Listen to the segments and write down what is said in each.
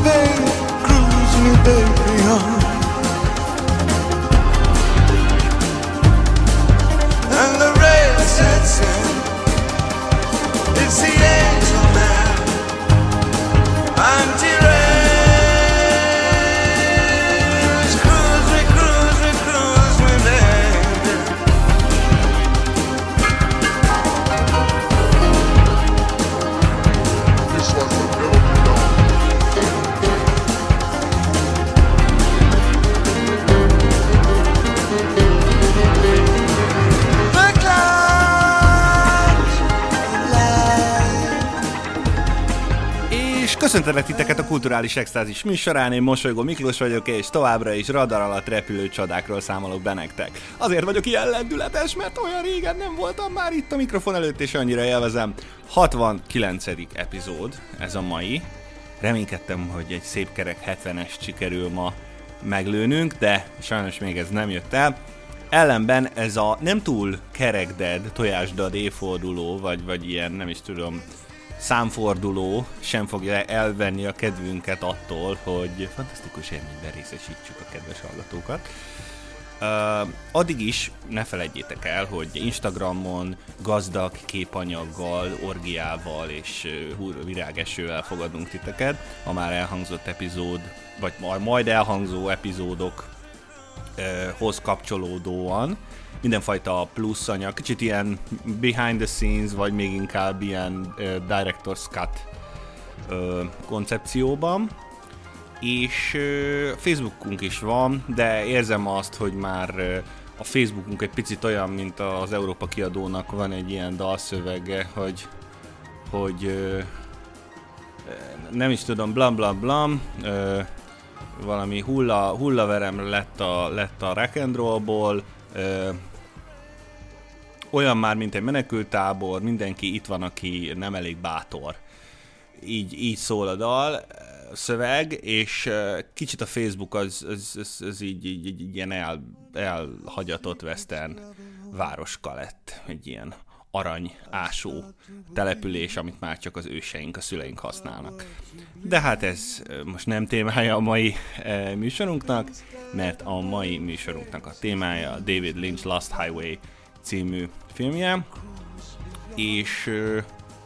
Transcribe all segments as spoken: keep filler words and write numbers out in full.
baby, cruise me, baby, on. And the rain sets in. It's the angel man. I'm T-Rex. Cruise me, cruise me, cruise me, baby. This one will never be done. The clouds lie. És köszöntelek titeket a Kulturális Extázis műsorán, én Mosolygó Miklós vagyok, és továbbra is radar alatt repülő csodákról számolok be nektek. Azért vagyok ilyen lendületes, mert olyan régen nem voltam már itt a mikrofon előtt, és annyira élvezem. hatvankilencedik epizód, ez a mai. Reménykedtem, hogy egy szép kerek hetvenest sikerül ma meglőnünk, de sajnos még ez nem jött el. Ellenben ez a nem túl kerekded, tojásdad évforduló, vagy, vagy ilyen, nem is tudom, számforduló sem fogja elvenni a kedvünket attól, hogy fantasztikus élményben részesítsük a kedves hallgatókat. Uh, addig is ne feledjétek el, hogy Instagramon gazdag képanyaggal, orgiával és uh, virágesővel fogadunk titeket, a már elhangzott epizód, vagy majd elhangzó epizódokhoz uh, kapcsolódóan. Mindenfajta plusz anyag, kicsit ilyen behind the scenes, vagy még inkább ilyen uh, director's cut uh, koncepcióban. És uh, Facebookunk is van, de érzem azt, hogy már uh, a Facebookunk egy picit olyan, mint az Európa Kiadónak van egy ilyen dalszövege, hogy, hogy uh, nem is tudom, blam blam blam, uh, valami hulla, hullaverem lett a, lett a rock and rollból, uh, olyan már, mint egy menekültábor, mindenki itt van, aki nem elég bátor. Így, így szól a dal, szöveg, és kicsit a Facebook az, az, az, az így, így, így ilyen el, elhagyatott western városka lett. Egy ilyen aranyásó település, amit már csak az őseink, a szüleink használnak. De hát ez most nem témája a mai e, műsorunknak, mert a mai műsorunknak a témája a David Lynch Lost Highway című filmje, és ö,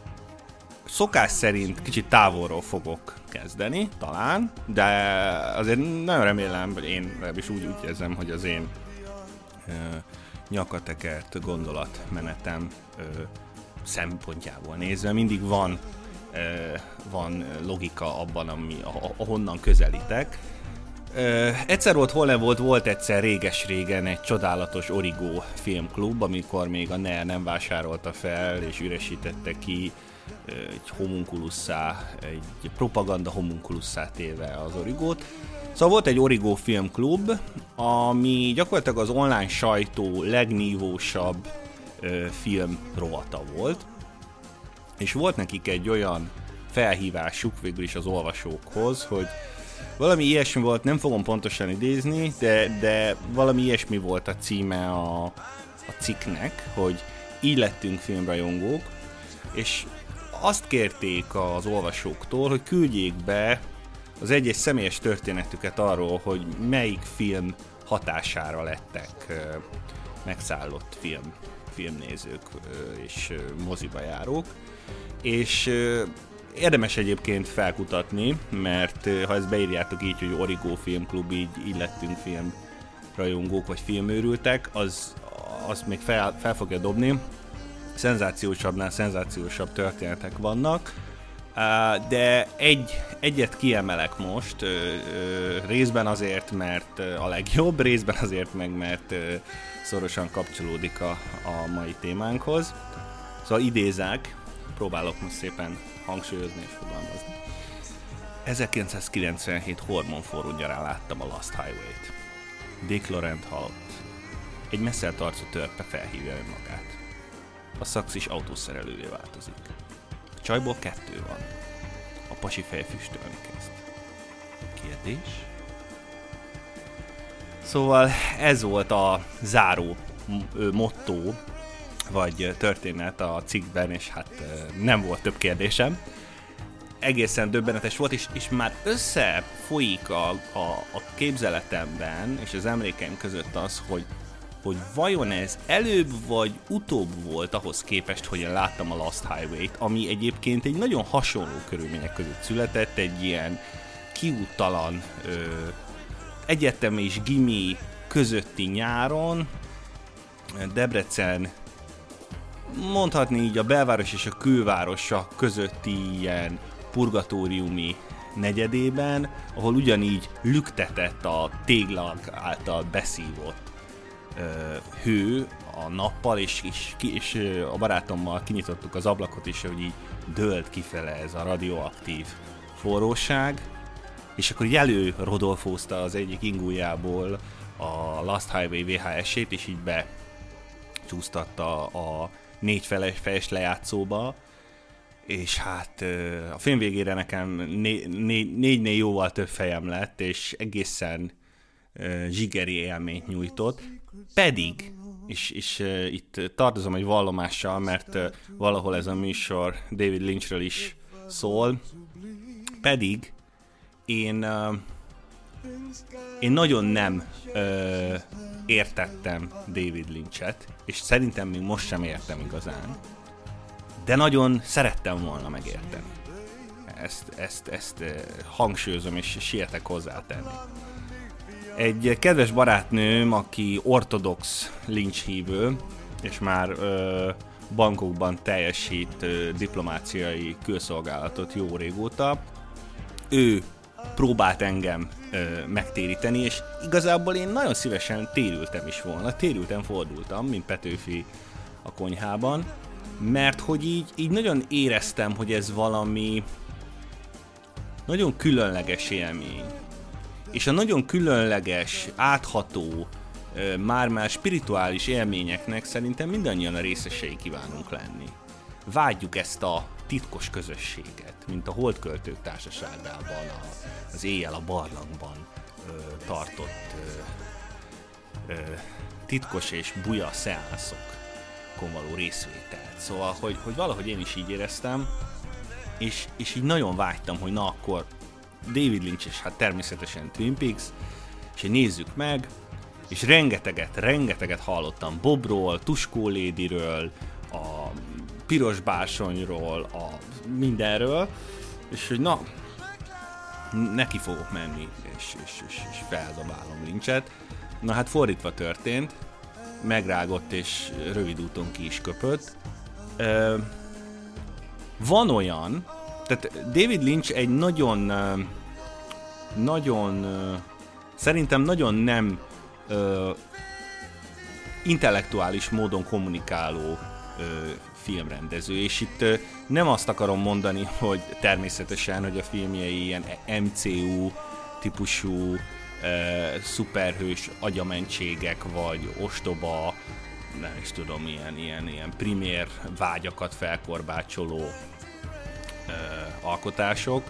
szokás szerint kicsit távolról fogok kezdeni, talán, de azért nagyon remélem, hogy én is úgy, úgy érzem, hogy az én ö, nyakatekert gondolatmenetem ö, szempontjából nézve mindig van, ö, van logika abban, ami, ahonnan közelítek. Ö, egyszer volt, hol nem volt, volt egyszer réges-régen egy csodálatos Origo filmklub, amikor még a en e er nem vásárolta fel és üresítette ki ö, egy homunculusszá, egy propaganda homunculusszá téve az Origót. Szóval volt egy Origo filmklub, ami gyakorlatilag az online sajtó legnívósabb ö, film rovata volt, és volt nekik egy olyan felhívásuk végül is az olvasókhoz, hogy valami ilyesmi volt, nem fogom pontosan idézni, de, de valami ilyesmi volt a címe a, a cikknek, hogy így lettünk filmrajongók, és azt kérték az olvasóktól, hogy küldjék be az egyes személyes történetüket arról, hogy melyik film hatására lettek uh, megszállott film, filmnézők uh, és uh, moziba járók, és uh, érdemes egyébként felkutatni, mert ha ezt beírjátok így, hogy Origo Filmklub, így, így lettünk filmrajongók, vagy filmőrültek, az, az még fel, fel fogja dobni. Szenzációsabbnál szenzációsabb történetek vannak, de egy, egyet kiemelek most, részben azért, mert a legjobb, részben azért meg, mert szorosan kapcsolódik a, a mai témánkhoz. Szóval idézek, próbálok most szépen hangsúlyozni és fogalmazni. ezerkilencszázkilencvenhét hormonforró nyarán láttam a Lost Highway-t. Dick Laurent halt. Egy messzelt arcú törpe felhívja önmagát. A szaxis autószerelővé változik. A csajból kettő van. A pasi fej füstölni kezd. Kérdés? Szóval ez volt a záró motto, vagy történet a cikkben, és hát nem volt több kérdésem. egészen döbbenetes volt, és, és már összefolyik a, a, a képzeletemben és az emlékeim között az, hogy, hogy vajon ez előbb vagy utóbb volt ahhoz képest, hogy én láttam a Lost Highway-t, ami egyébként egy nagyon hasonló körülmények között született, egy ilyen kiúttalan ö, egyetem és gimi közötti nyáron, Debrecen, mondhatni így a belváros és a külvárosa közötti ilyen purgatóriumi negyedében, ahol ugyanígy lüktetett a téglak által beszívott ö, hő a nappal, és, és, és a barátommal kinyitottuk az ablakot is, hogy így dőlt kifele ez a radioaktív forróság, és akkor így előrodolfózta az egyik ingújából a Lost Highway vé há es-ét, és így becsúsztatta a négy fejes lejátszóba, és hát a film végére nekem né- né- négynél jóval több fejem lett, és egészen zsigeri élményt nyújtott, pedig, és, és itt tartozom egy vallomással, mert valahol ez a műsor David Lynchről is szól, pedig én, én nagyon nem ö, értettem David Lynchet, és szerintem még most sem értem igazán, de nagyon szerettem volna megérteni. Ezt, ezt, ezt hangsúlyozom, és sietek hozzátenni. Egy kedves barátnőm, aki ortodox Lynch hívő, és már ö, bankokban teljesít ö, diplomáciai külszolgálatot jó régóta, ő próbált engem ö, megtéríteni, és igazából én nagyon szívesen térültem is volna, térültem, fordultam, mint Petőfi a konyhában, mert hogy így, így nagyon éreztem, hogy ez valami nagyon különleges élmény. És a nagyon különleges, átható, ö, már-már spirituális élményeknek szerintem mindannyian a részesei kívánunk lenni. Vágyjuk ezt a titkos közösséget, mint a Holdköltők társaságában, a, az éjjel a barlangban ö, tartott ö, ö, titkos és buja szeánszokon való részvételt. Szóval, hogy, hogy valahogy én is így éreztem, és, és így nagyon vágytam, hogy na akkor David Lynch és hát természetesen Twin Peaks, és így nézzük meg, és rengeteget, rengeteget hallottam Bobról, Tuskó Ladyről, a Piros Bársonyról, a mindenről, és hogy na, neki fogok menni, és, és, és, és feldobálom Lynchet. Na hát fordítva történt, megrágott és rövid úton ki is köpött. Ö, van olyan, tehát David Lynch egy nagyon, nagyon, szerintem nagyon nem ö, intellektuális módon kommunikáló ö, filmrendező, és itt ö, nem azt akarom mondani, hogy természetesen, hogy a filmjei ilyen em cé u típusú ö, szuperhős agyamentségek, vagy ostoba, nem is tudom, ilyen, ilyen, ilyen primér vágyakat felkorbácsoló ö, alkotások,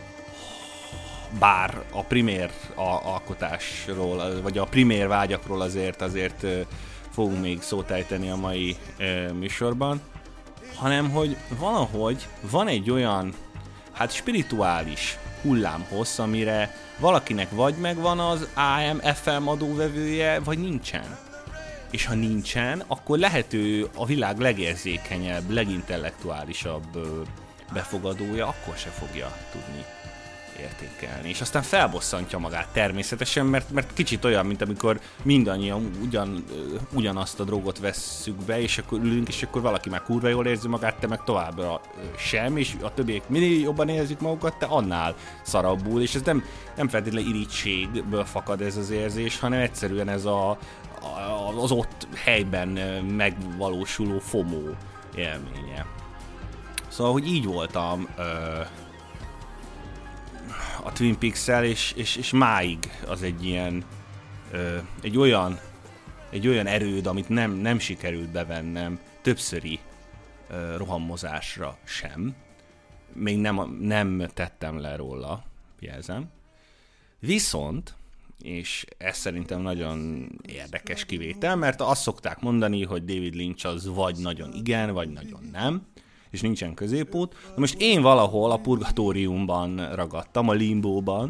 bár a primér alkotásról, vagy a primér vágyakról azért azért ö, fogunk még szót ejteni a mai ö, műsorban, hanem hogy valahogy van egy olyan, hát spirituális hullámhossz, amire valakinek vagy megvan az á em ef em adóvevője, vagy nincsen. És ha nincsen, akkor lehet ő a világ legérzékenyebb, legintellektuálisabb ö, befogadója, akkor se fogja tudni értékelni. És aztán felbosszantja magát természetesen, mert, mert kicsit olyan, mint amikor mindannyian ugyan, ugyanazt a drogot vesszük be, és akkor ülünk, és akkor valaki már kurva jól érzi magát, te meg továbbra sem, és a többiek minél jobban érzik magukat, te annál szarabbul, és ez nem, nem feltétlenül irítségből fakad ez az érzés, hanem egyszerűen ez a, a, az ott helyben megvalósuló FOMO élménye. Szóval, hogy így voltam ö, a Twin Peaks-szel, és, és, és máig az egy ilyen, ö, egy olyan, egy olyan erőd, amit nem, nem sikerült bevennem többszöri ö, rohammozásra sem. Még nem, nem tettem le róla, jelzem. Viszont, és ez szerintem nagyon érdekes kivétel, mert azt szokták mondani, hogy David Lynch az vagy nagyon igen, vagy nagyon nem. és nincsen középút. Na most én valahol a purgatóriumban ragadtam, a limbóban.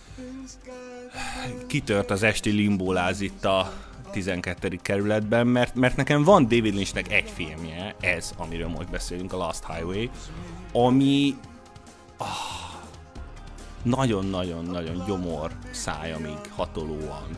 Kitört az esti limbóláz itt a tizenkettedik kerületben, mert, mert nekem van David Lynchnek egy filmje, ez, amiről most beszélünk, a Lost Highway, ami ah, nagyon-nagyon-nagyon gyomor szájamig hatolóan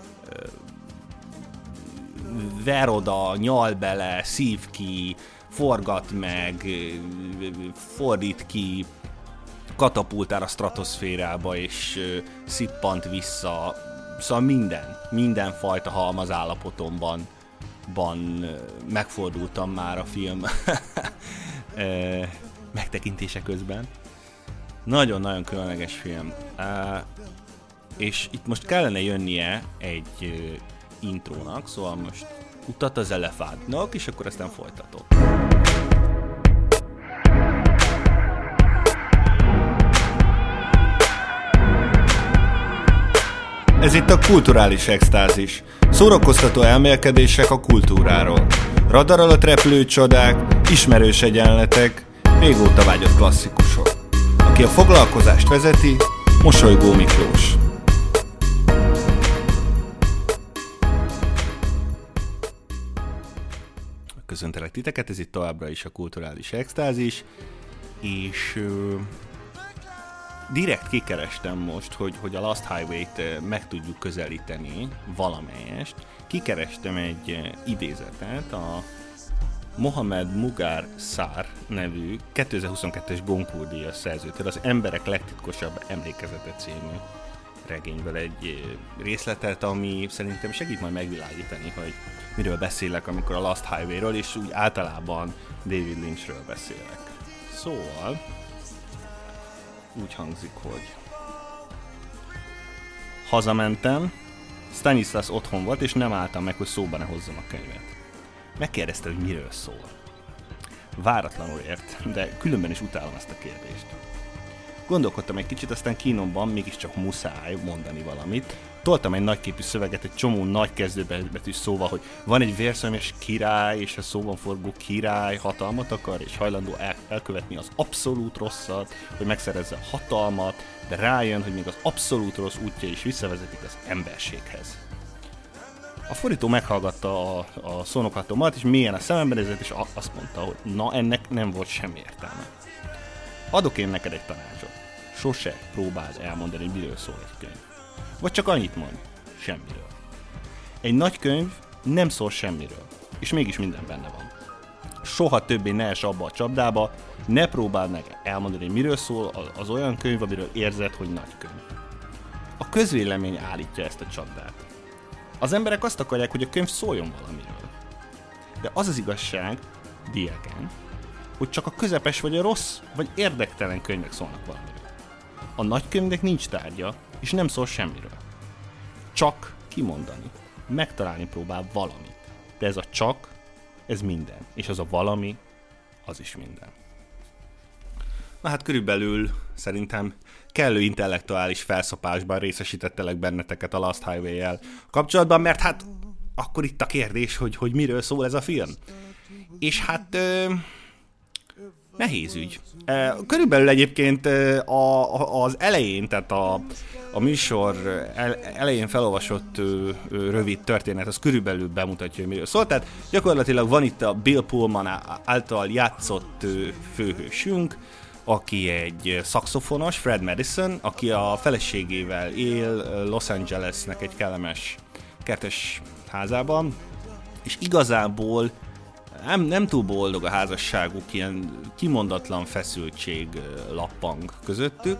ver oda, nyal bele, szív ki, forgat meg, fordít ki, katapultál a stratoszférába, és szippant vissza. Szóval minden, minden fajta halmaz állapotomban ban megfordultam már a film megtekintése közben. Nagyon-nagyon különleges film. És itt most kellene jönnie egy intrónak, szóval most utat az elefántnak, és akkor aztán folytatok. Ez itt a kulturális extázis. Szórakoztató elmélkedések a kultúráról. Radar alatt repülő csodák, ismerős egyenletek, régóta vágyott klasszikusok. Aki a foglalkozást vezeti, Mosolygó Miklós. Köszöntelek titeket, ez itt továbbra is a kulturális extázis, és ö, direkt kikerestem most, hogy, hogy a Lost Highway-t meg tudjuk közelíteni valamelyest. Kikerestem egy idézetet a Mohamed Mugar Sar nevű kétezer-huszonkettes Goncourt-díjas szerzőtől, az Emberek legtitkosabb emlékezete című regényből egy részletet, ami szerintem segít majd megvilágítani, hogy miről beszélek, amikor a Lost Highway-ről, és úgy általában David Lynchről beszélek. Szóval úgy hangzik, hogy hazamentem, Stanislas otthon volt, és nem álltam meg, hogy szóba ne hozzam a könyvet. Megkérdezte, hogy miről szól. Váratlanul ért, de különben is utálom ezt a kérdést. Gondolkodtam egy kicsit, aztán kínomban mégiscsak muszáj mondani valamit. Toltam egy nagyképű szöveget egy csomó nagy kezdőbetűs szóval, hogy van egy vérszomjas király, és a szóban forgó király hatalmat akar, és hajlandó el- elkövetni az abszolút rosszat, hogy megszerezze a hatalmat, de rájön, hogy még az abszolút rossz útja is visszavezetik az emberséghez. A fordító meghallgatta a, a szónoklatomat, és mélyen a szemembe nézett, és azt mondta, hogy na, ennek nem volt semmi értelme. Adok én neked egy tanácsot. Sose próbáld elmondani, hogy miről szól egy könyv. Vagy csak annyit mond, semmiről. Egy nagy könyv nem szól semmiről, és mégis minden benne van. Soha többé ne ess abba a csapdába, ne próbáld meg elmondani, hogy miről szól az olyan könyv, amiről érzed, hogy nagy könyv. A közvélemény állítja ezt a csapdát. Az emberek azt akarják, hogy a könyv szóljon valamiről. De az az igazság, diáken, hogy csak a közepes vagy a rossz, vagy érdektelen könyvek szólnak valamiről. A nagy könyvnek nincs tárgya, és nem szól semmiről. Csak kimondani, megtalálni próbál valamit. De ez a csak, ez minden. És az a valami, az is minden. Na hát körülbelül szerintem kellő intellektuális felszopásban részesítettelek benneteket a Lost Highway-jel kapcsolatban, mert hát akkor itt a kérdés, hogy, hogy miről szól ez a film. És hát ö, nehéz ügy. Körülbelül egyébként a, a, az elején, tehát a, a műsor elején felolvasott ö, ö, rövid történet, az körülbelül bemutatja, hogy miről szól. Tehát gyakorlatilag van itt a Bill Pullman által játszott ö, főhősünk, aki egy szaxofonos, Fred Madison, aki a feleségével él Los Angelesnek egy kellemes kertes házában, és igazából nem, nem túl boldog a házasságuk, ilyen kimondatlan feszültség lappang közöttük,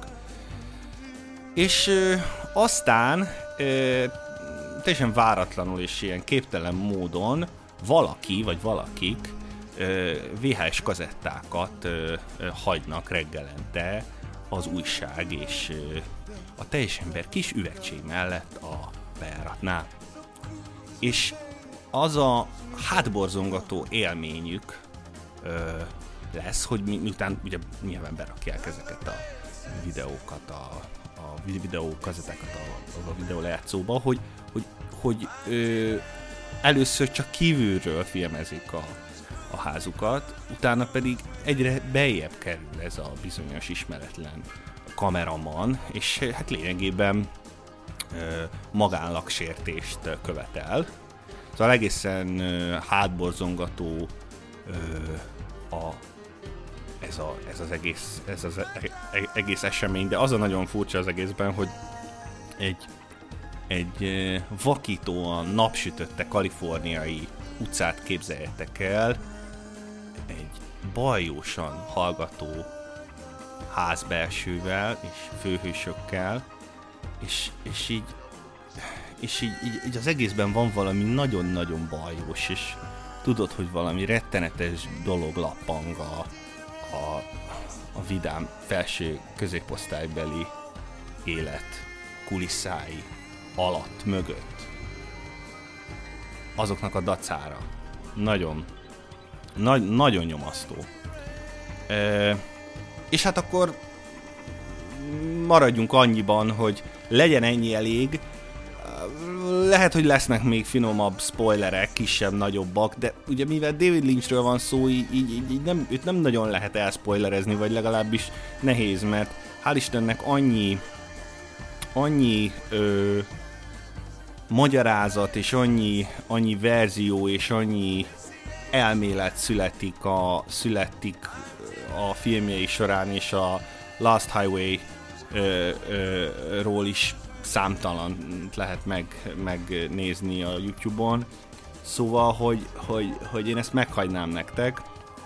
és ö, aztán ö, teljesen váratlanul és ilyen képtelen módon valaki, vagy valakik vé há es kazettákat ö, ö, hagynak reggelente az újság és ö, a teljes ember kis üvegség mellett a bejáratnál. És az a hátborzongató élményük ö, lesz, hogy mi, miután ugye nyilván berakják ezeket a videókat, a, a videókazettákat a, a videó lejátszóba, hogy, hogy, hogy ö, először csak kívülről filmezik a a lakóházukat, utána pedig egyre beljebb kerül ez a bizonyos ismeretlen kameraman, és hát lényegében ö, magánlagsértést követel. Szóval egészen ö, hátborzongató ö, a, ez, a, ez az, egész, ez az e, e, egész esemény, de az a nagyon furcsa az egészben, hogy egy, egy ö, vakítóan napsütötte kaliforniai utcát képzeljetek el, egy bajósan hallgató házbelsővel és főhősökkel, és, és, így, és így, így, így az egészben van valami nagyon-nagyon bajós, és tudod, hogy valami rettenetes dolog lappang a, a, a vidám felső középosztálybeli élet kulisszái alatt, mögött. Azoknak a dacára. Nagyon, nagy, nagyon nyomasztó. E, és hát akkor maradjunk annyiban, hogy legyen ennyi elég. Lehet, hogy lesznek még finomabb spoilerek, kisebb, nagyobbak, de ugye mivel David Lynchről van szó, így, így, így nem, őt nem nagyon lehet elspoilerezni, vagy legalábbis nehéz, mert hál' Istennek annyi annyi ö, magyarázat, és annyi, annyi verzió, és annyi elmélet születik a, születik a filmjei során, és a Last Highway ö, ö, ról is számtalan lehet meg, megnézni a YouTube-on. Szóval, hogy, hogy, hogy én ezt meghagynám nektek.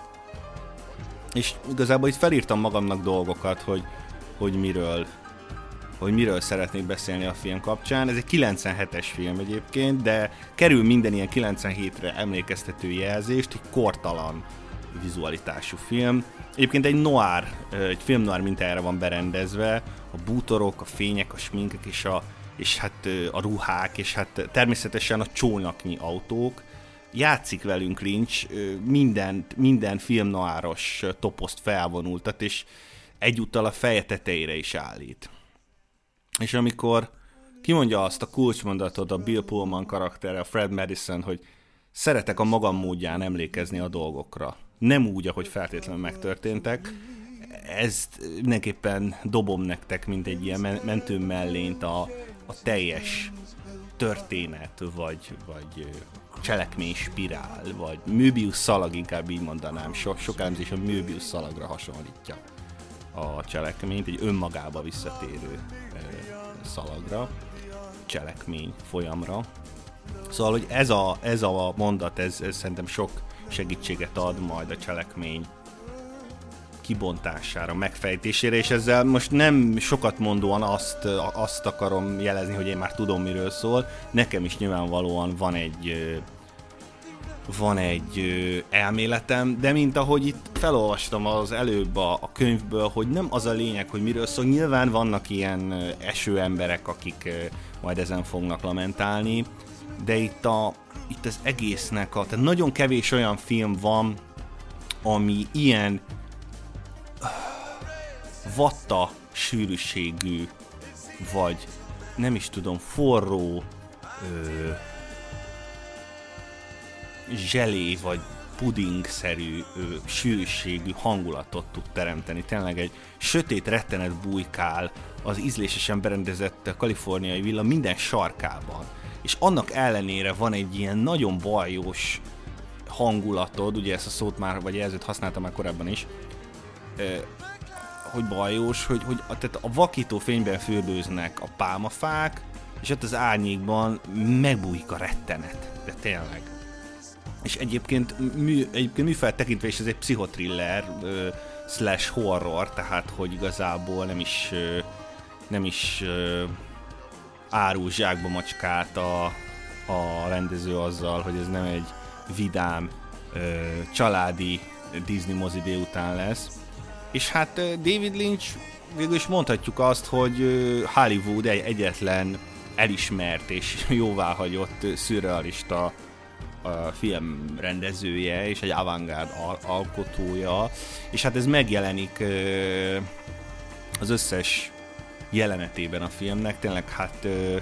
És igazából itt felírtam magamnak dolgokat, hogy, hogy miről hogy miről szeretnék beszélni a film kapcsán. Ez egy kilencvenhetes film egyébként, de kerül minden ilyen kilencvenhétre emlékeztető jelzést, egy kortalan vizualitású film. Egyébként egy noir, egy film noir mintájára van berendezve, a bútorok, a fények, a sminkek és, a, és hát a ruhák, és hát természetesen a csónaknyi autók. Játszik velünk Lynch, minden, minden film noiros toposzt felvonultat, és egyúttal a feje tetejére is állít. És amikor kimondja azt a kulcsmondatot a Bill Pullman karaktere, a Fred Madison, hogy szeretek a magam módján emlékezni a dolgokra, nem úgy, ahogy feltétlenül megtörténtek, ezt mindenképpen dobom nektek, mint egy ilyen mentő mellényt a, a teljes történet, vagy, vagy cselekmény spirál, vagy Möbius szalag, inkább így mondanám, so, sok elemzés a Möbius szalagra hasonlítja a cselekményt, egy önmagába visszatérő szalagra, cselekmény folyamra. Szóval, hogy ez a, ez a mondat, ez, ez szerintem sok segítséget ad majd a cselekmény kibontására, megfejtésére, és ezzel most nem sokat mondóan azt, azt akarom jelezni, hogy én már tudom, miről szól. Nekem is nyilvánvalóan van egy van egy elméletem, de mint ahogy itt felolvastam az előbb a, a könyvből, hogy nem az a lényeg, hogy miről szól. Nyilván vannak ilyen eső emberek, akik majd ezen fognak lamentálni, de itt, a, itt az egésznek a... Tehát nagyon kevés olyan film van, ami ilyen vatta sűrűségű, vagy nem is tudom, forró, ö, zselé vagy pudingszerű ö, sűrűségű hangulatot tud teremteni. Tényleg egy sötét rettenet bujkál az ízlésesen berendezett kaliforniai villa minden sarkában. És annak ellenére van egy ilyen nagyon bajós hangulatod, ugye ezt a szót már, vagy jelzőt használtam már korábban is, ö, hogy bajós, hogy, hogy a, tehát a vakító fényben fürdőznek a pálmafák, és ott az árnyékban megbújik a rettenet. De tényleg. És egyébként, mű, egyébként műfajt tekintve is ez egy pszichotriller ö, slash horror, tehát hogy igazából nem is, ö, nem is ö, árul zsákba macskát a, a rendező azzal, hogy ez nem egy vidám, ö, családi Disney mozi délután lesz. És hát David Lynch, végül is mondhatjuk azt, hogy Hollywood egy egyetlen elismert és jóváhagyott szürrealista filmrendezője, és egy avantgárd alkotója, és hát ez megjelenik az összes jelenetében a filmnek, tényleg hát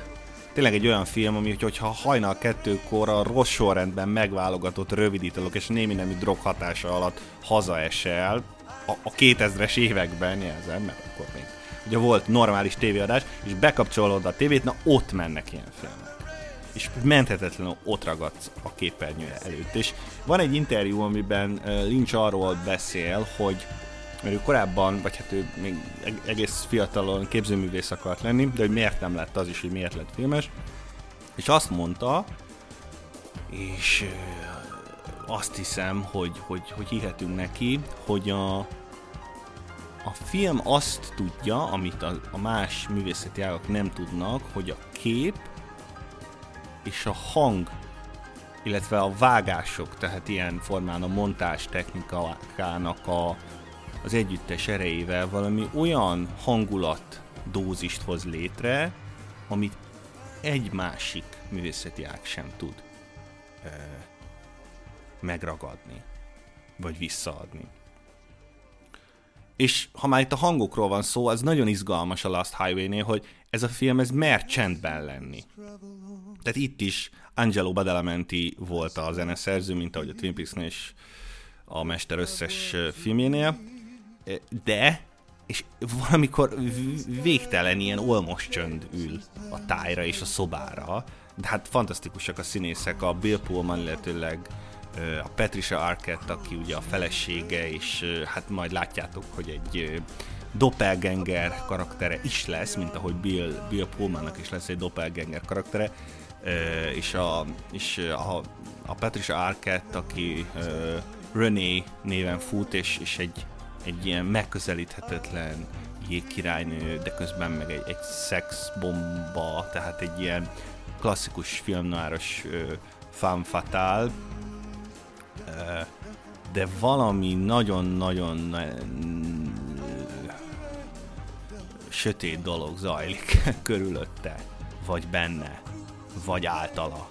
tényleg egy olyan film, ami, hogyha hajnal kettőkor a rossz sorrendben megválogatott rövidítők és némi nemű drog hatása alatt hazaesel, a, a kétezres években jelzem, mert akkor még ugye volt normális tévéadás, és bekapcsolod a tévét, na ott mennek ilyen filmek. És menthetetlenül ott ragadsz a képernyő előtt. És van egy interjú, amiben Lynch arról beszél, hogy mert ő korábban, vagy hát ő még egész fiatalon képzőművész akart lenni, de hogy miért nem lett az is, hogy miért lett filmes. És azt mondta, és azt hiszem, hogy, hogy, hogy hihetünk neki, hogy a, a film azt tudja, amit a, a más művészeti ágak nem tudnak, hogy a kép és a hang, illetve a vágások, tehát ilyen formán a montázs technikának a, az együttes erejével valami olyan hangulat dózist hoz létre, amit egy másik művészeti ág sem tud ö, megragadni, vagy visszaadni. És ha már itt a hangokról van szó, az nagyon izgalmas a Lost Highway-nél, hogy ez a film, ez mer csendben lenni. Tehát itt is Angelo Badalamenti volt a zeneszerző, mint ahogy a Twin Peaks-nél és a mester összes filmjénél, de, és valamikor végtelen ilyen olmos csönd ül a tájra és a szobára, de hát fantasztikusak a színészek, a Bill Pullman, illetőleg a Patricia Arquette, aki ugye a felesége, és hát majd látjátok, hogy egy doppelganger karaktere is lesz, mint ahogy Bill, Bill Pullmannak is lesz egy doppelganger karaktere, és a, és a, a Patricia Arquette, aki Renée néven fut, és, és egy, egy ilyen megközelíthetetlen jégkirálynő, de közben meg egy, egy szexbomba, tehát egy ilyen klasszikus filmnoáros femme fatale, de valami nagyon-nagyon sötét dolog zajlik körülötte, vagy benne, vagy általa.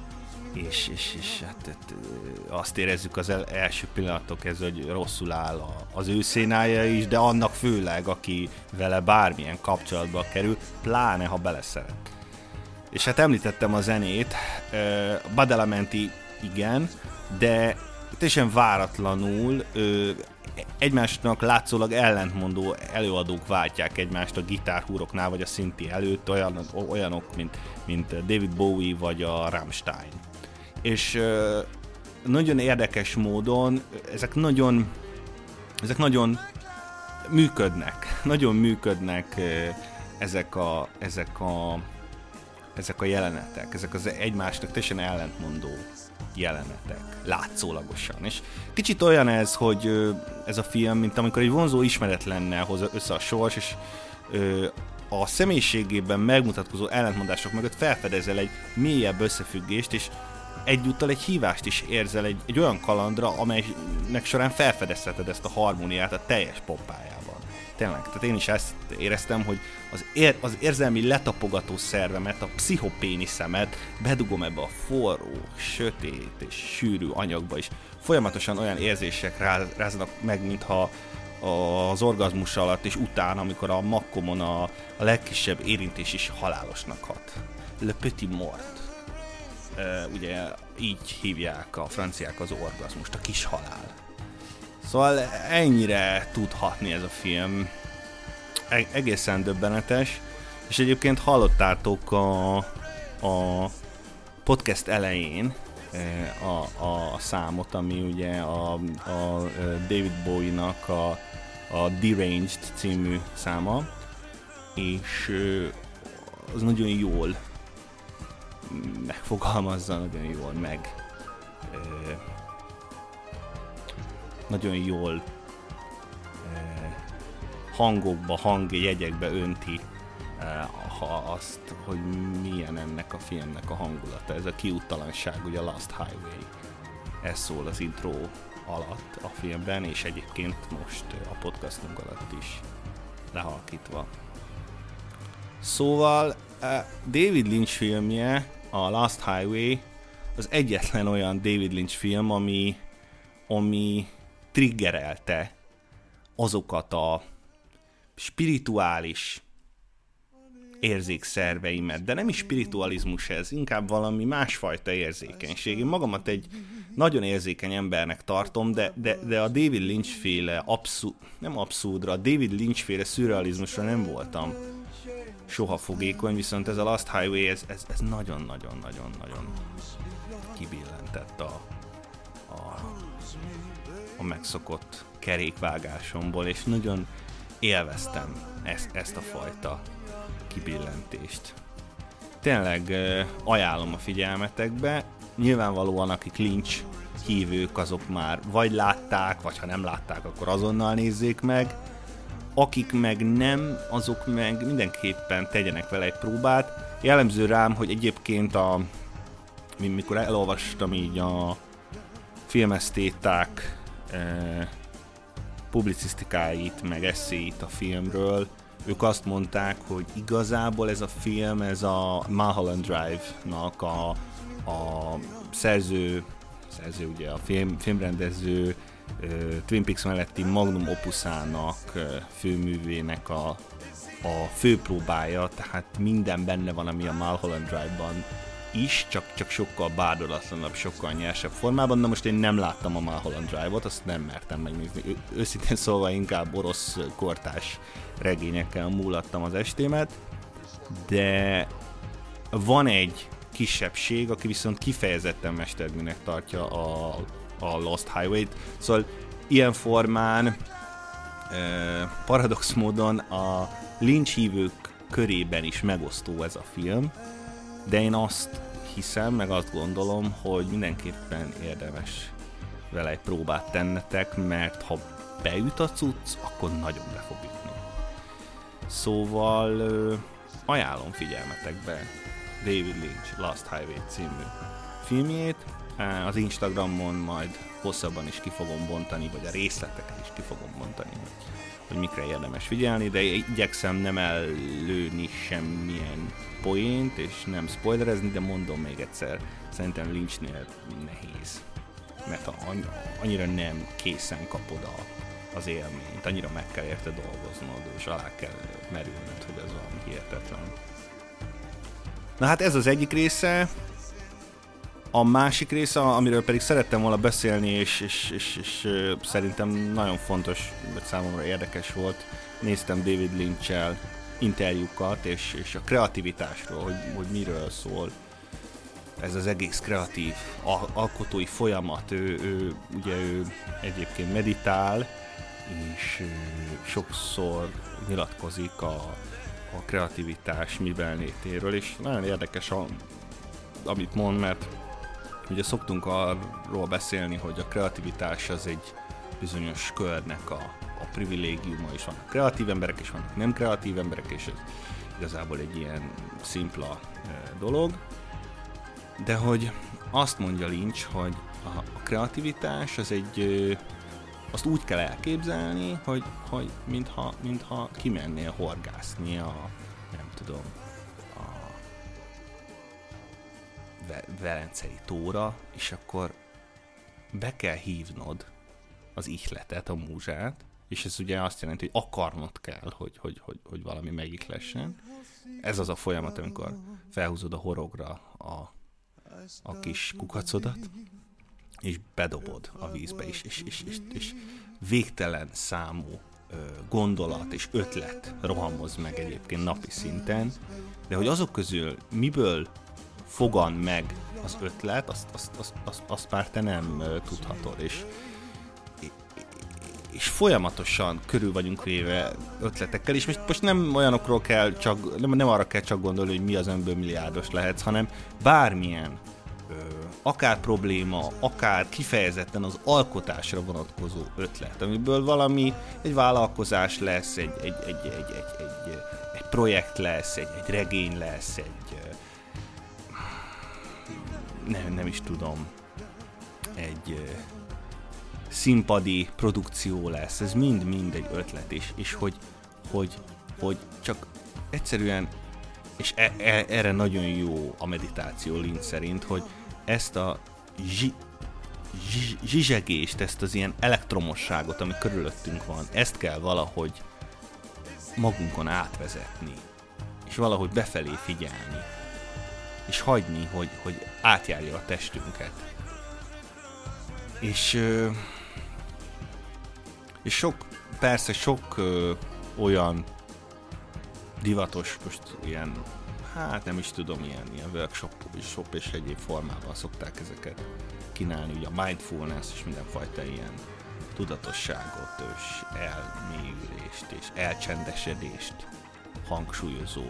És, és, és hát, hát azt érezzük az el, első pillanattól kezdve, hogy rosszul áll a, az ő szénája is, de annak főleg, aki vele bármilyen kapcsolatba kerül, pláne ha beleszeret. És hát említettem a zenét, uh, Badalamenti igen, de teljesen váratlanul uh, egymásnak látszólag ellentmondó előadók váltják egymást a gitárhúroknál, vagy a szinti előtt, olyan, olyanok, mint, mint David Bowie, vagy a Rammstein. És uh, nagyon érdekes módon ezek nagyon, ezek nagyon működnek, nagyon működnek uh, ezek a, ezek a, ezek a jelenetek, ezek az egymásnak teljesen ellentmondó jelenetek, látszólagosan. És kicsit olyan ez, hogy uh, ez a film, mint amikor egy vonzó ismeretlennel hoz össze a sors, és uh, a személyiségében megmutatkozó ellentmondások mögött felfedezel egy mélyebb összefüggést, és egyúttal egy hívást is érzel egy, egy olyan kalandra, amelynek során felfedezheted ezt a harmóniát a teljes pompájában. Tényleg, tehát én is ezt éreztem, hogy az, ér, az érzelmi letapogató szervemet, a pszichopéniszemet bedugom ebbe a forró, sötét és sűrű anyagba, és folyamatosan olyan érzések ráznak meg, mintha az orgazmus alatt és után, amikor a makkomon a, a legkisebb érintés is halálosnak hat. Le petit mort. E, ugye így hívják a franciák az orgazmust, a kis halál. Szóval ennyire tud hatni ez a film. E- egészen döbbenetes. És egyébként hallottátok a, a podcast elején a, a számot, ami ugye a, a David Bowie-nak a, a Deranged című száma, és az nagyon jól megfogalmazza, nagyon jól meg nagyon jól hangokba, hangjegyekbe önti ha azt, hogy milyen ennek a filmnek a hangulata. Ez a kiúttalanság, ugye a Lost Highway. Ez szól az intro alatt a filmben, és egyébként most a podcastunk alatt is lehalkítva. Szóval David Lynch filmje, a Lost Highway, az egyetlen olyan David Lynch film, ami, ami triggerelte azokat a spirituális érzékszerveimet, de nem is spiritualizmus ez, inkább valami másfajta érzékenység. Én magamat egy nagyon érzékeny embernek tartom, de, de, de a David Lynch féle abszurd, nem abszurdra, a David Lynch féle szürrealizmusra nem voltam soha fogékony, viszont ez a Lost Highway, ez, ez, ez nagyon-nagyon-nagyon-nagyon kibillentett a, a, a megszokott kerékvágásomból, és nagyon élveztem ezt, ezt a fajta kibillentést. Tényleg uh, ajánlom a figyelmetekbe, nyilvánvalóan akik Lynch hívők, azok már vagy látták, vagy ha nem látták, akkor azonnal nézzék meg. Akik meg nem, azok meg mindenképpen tegyenek vele egy próbát. Jellemző rám, hogy egyébként a, mikor elolvastam így a filmesztéták eh, publicisztikáit, meg eszéit a filmről, ők azt mondták, hogy igazából ez a film, ez a Mulholland Drive-nak a, a szerző, szerző ugye a film, filmrendező uh, Twin Peaks melletti magnum opuszának, uh, főművének a, a főpróbája, tehát minden benne van, ami a Mulholland Drive-ban is, csak, csak sokkal bárdulatlanabb, sokkal nyersebb formában. Na most én nem láttam a Mulholland Drive-ot, azt nem mertem megnézni. Ő, őszintén szólva inkább orosz kortárs regényekkel múlattam az estémet, de van egy kisebbség, aki viszont kifejezetten mesterműnek tartja a, a Lost Highway-t, szóval ilyen formán eh, paradox módon a Lynch hívők körében is megosztó ez a film, de én azt hiszem, meg azt gondolom, hogy mindenképpen érdemes vele egy próbát tennetek, mert ha beüt a cucc, akkor nagyon be fog ütni. Szóval ö, ajánlom figyelmetekbe David Lynch Lost Highway című filmjét. Az Instagramon majd hosszabban is ki fogom bontani, vagy a részleteket is ki fogom bontani, hogy mikre érdemes figyelni, de igyekszem nem ellőni semmilyen poént, és nem spoilerezni, de mondom még egyszer, szerintem Lynchnél nehéz, mert annyira nem készen kapod a, az élményt, annyira meg kell érte dolgoznod, és alá kell merülnöd, hogy ez valami hihetetlen. Na hát ez az egyik része. A másik része, amiről pedig szerettem volna beszélni, és, és, és, és szerintem nagyon fontos, vagy számomra érdekes volt, néztem David Lynch-el interjúkat, és, és a kreativitásról, hogy, hogy miről szól ez az egész kreatív, alkotói folyamat. Ő, ő, ugye ő egyébként meditál, és ő sokszor nyilatkozik a, a kreativitás miben létéről, és nagyon érdekes, a, amit mond, mert ugye szoktunk arról beszélni, hogy a kreativitás az egy bizonyos körnek a, a privilégiuma, és vannak kreatív emberek, és vannak nem kreatív emberek, és ez igazából egy ilyen szimpla e, dolog. De hogy azt mondja Lynch, hogy a, a kreativitás az egy, e, azt úgy kell elképzelni, hogy, hogy mintha, mintha kimennél horgászni a, nem tudom, Velencei tóra, és akkor be kell hívnod az ihletet, a múzsát, és ez ugye azt jelenti, hogy akarnod kell, hogy, hogy, hogy, hogy valami megihlessen. Ez az a folyamat, amikor felhúzod a horogra a, a kis kukacodat, és bedobod a vízbe, és, és, és, és, és végtelen számú ö, gondolat és ötlet rohamoz meg egyébként napi szinten, de hogy azok közül miből fogan meg az ötlet, azt, azt, azt, azt, azt már te nem uh, tudhatod, és, és folyamatosan körül vagyunk véve ötletekkel, és most, most nem olyanokról kell csak, nem, nem arra kell csak gondolni, hogy mi az önből milliárdos lehetsz, hanem bármilyen, uh, akár probléma, akár kifejezetten az alkotásra vonatkozó ötlet, amiből valami, egy vállalkozás lesz, egy, egy, egy, egy, egy, egy, egy projekt lesz, egy, egy regény lesz, egy Nem, nem is tudom, egy uh, színpadi produkció lesz, ez mind-mind egy ötlet, és, és hogy, hogy, hogy csak egyszerűen, és e, e, erre nagyon jó a meditáció Lynch szerint, hogy ezt a zsi, zsi, zsizsegést, ezt az ilyen elektromosságot, ami körülöttünk van, ezt kell valahogy magunkon átvezetni, és valahogy befelé figyelni, és hagyni, hogy, hogy átjárja a testünket. És, és sok, persze sok ö, olyan divatos, most ilyen, hát nem is tudom, ilyen, ilyen workshop shop és egyéb formában szokták ezeket kínálni, ugye a mindfulness és mindenfajta ilyen tudatosságot és elmélyülést és elcsendesedést hangsúlyozó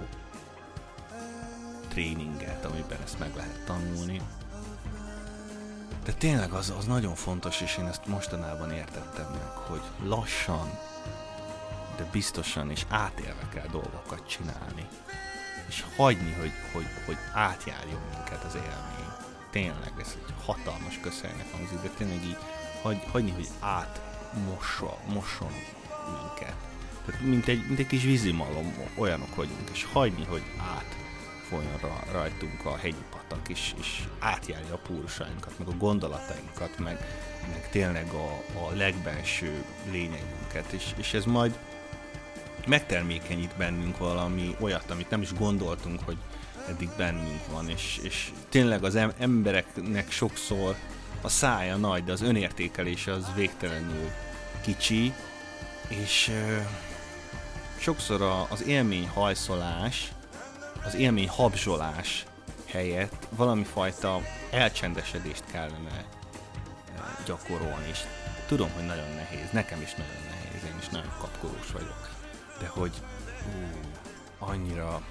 tréninget, amiben ezt meg lehet tanulni. De tényleg az, az nagyon fontos, és én ezt mostanában értettem meg, hogy lassan, de biztosan és átélve kell dolgokat csinálni. És hagyni, hogy, hogy, hogy átjárjon minket az élmény. Tényleg, ez egy hatalmas közhelynek hangzik, de tényleg így hagy, hagyni, hogy átmossa, mosson minket. Tehát mint egy, mint egy kis vízimalom, olyanok vagyunk, és hagyni, hogy átfoljon rajtunk a hegyi patak, és, és átjárja a púrusainkat, meg a gondolatainkat, meg, meg tényleg a, a legbenső lényegünket, és, és ez majd megtermékenyít bennünk valami olyat, amit nem is gondoltunk, hogy eddig bennünk van, és, és tényleg az embereknek sokszor a szája nagy, de az önértékelése az végtelenül kicsi, és ö, sokszor a, az élmény hajszolás, az élmény habzsolás helyett valami fajta elcsendesedést kellene ö, gyakorolni, és tudom, hogy nagyon nehéz, nekem is nagyon nehéz, én is nagyon kapkodós vagyok, de hogy ú, annyira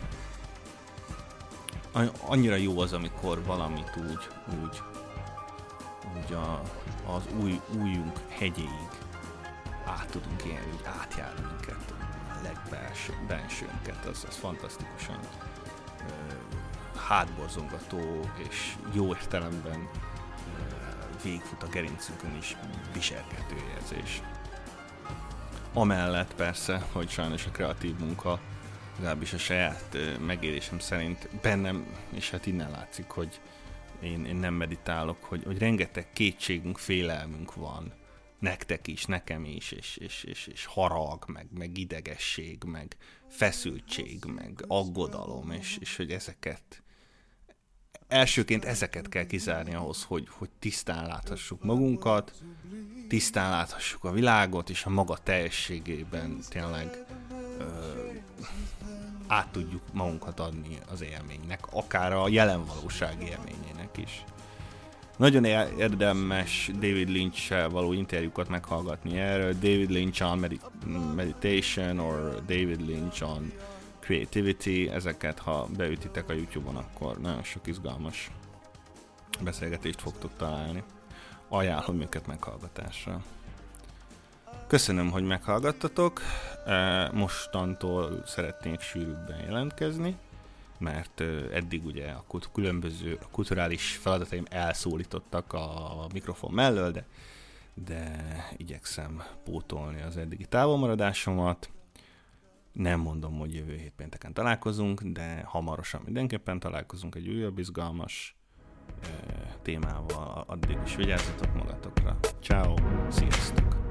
annyira jó az, amikor valamit úgy, úgy, úgy a, az új, újunk hegyéig át tudunk élni, úgy átjár minket, a legbensőnket, az, az fantasztikusan ö, hátborzongató és jó értelemben ö, végigfut a gerincünkön is viselkedő érzés. Amellett persze, hogy sajnos a kreatív munka, legalábbis a saját megélésem szerint bennem, és hát innen látszik, hogy én, én nem meditálok, hogy, hogy rengeteg kétségünk, félelmünk van, nektek is, nekem is, és, és, és, és harag, meg, meg idegesség, meg feszültség, meg aggodalom, és, és hogy ezeket, elsőként ezeket kell kizárni ahhoz, hogy, hogy tisztán láthassuk magunkat, tisztán láthassuk a világot, és a maga teljességében tényleg ö, át tudjuk magunkat adni az élménynek, akár a jelen valóság élményének is. Nagyon érdemes David Lynch-sel való interjúkat meghallgatni erről. David Lynch on medit- Meditation, or David Lynch on Creativity, ezeket ha beütitek a YouTube-on, akkor nagyon sok izgalmas beszélgetést fogtok találni. Ajánlom őket meghallgatásra. Köszönöm, hogy meghallgattatok. Mostantól szeretnék sűrűbben jelentkezni, mert eddig ugye a különböző kulturális feladataim elszólítottak a mikrofon mellől, de, de igyekszem pótolni az eddigi távolmaradásomat. Nem mondom, hogy jövő hét pénteken találkozunk, de hamarosan mindenképpen találkozunk egy újabb izgalmas témával. Addig is vigyázzatok magatokra. Ciao, sziasztok!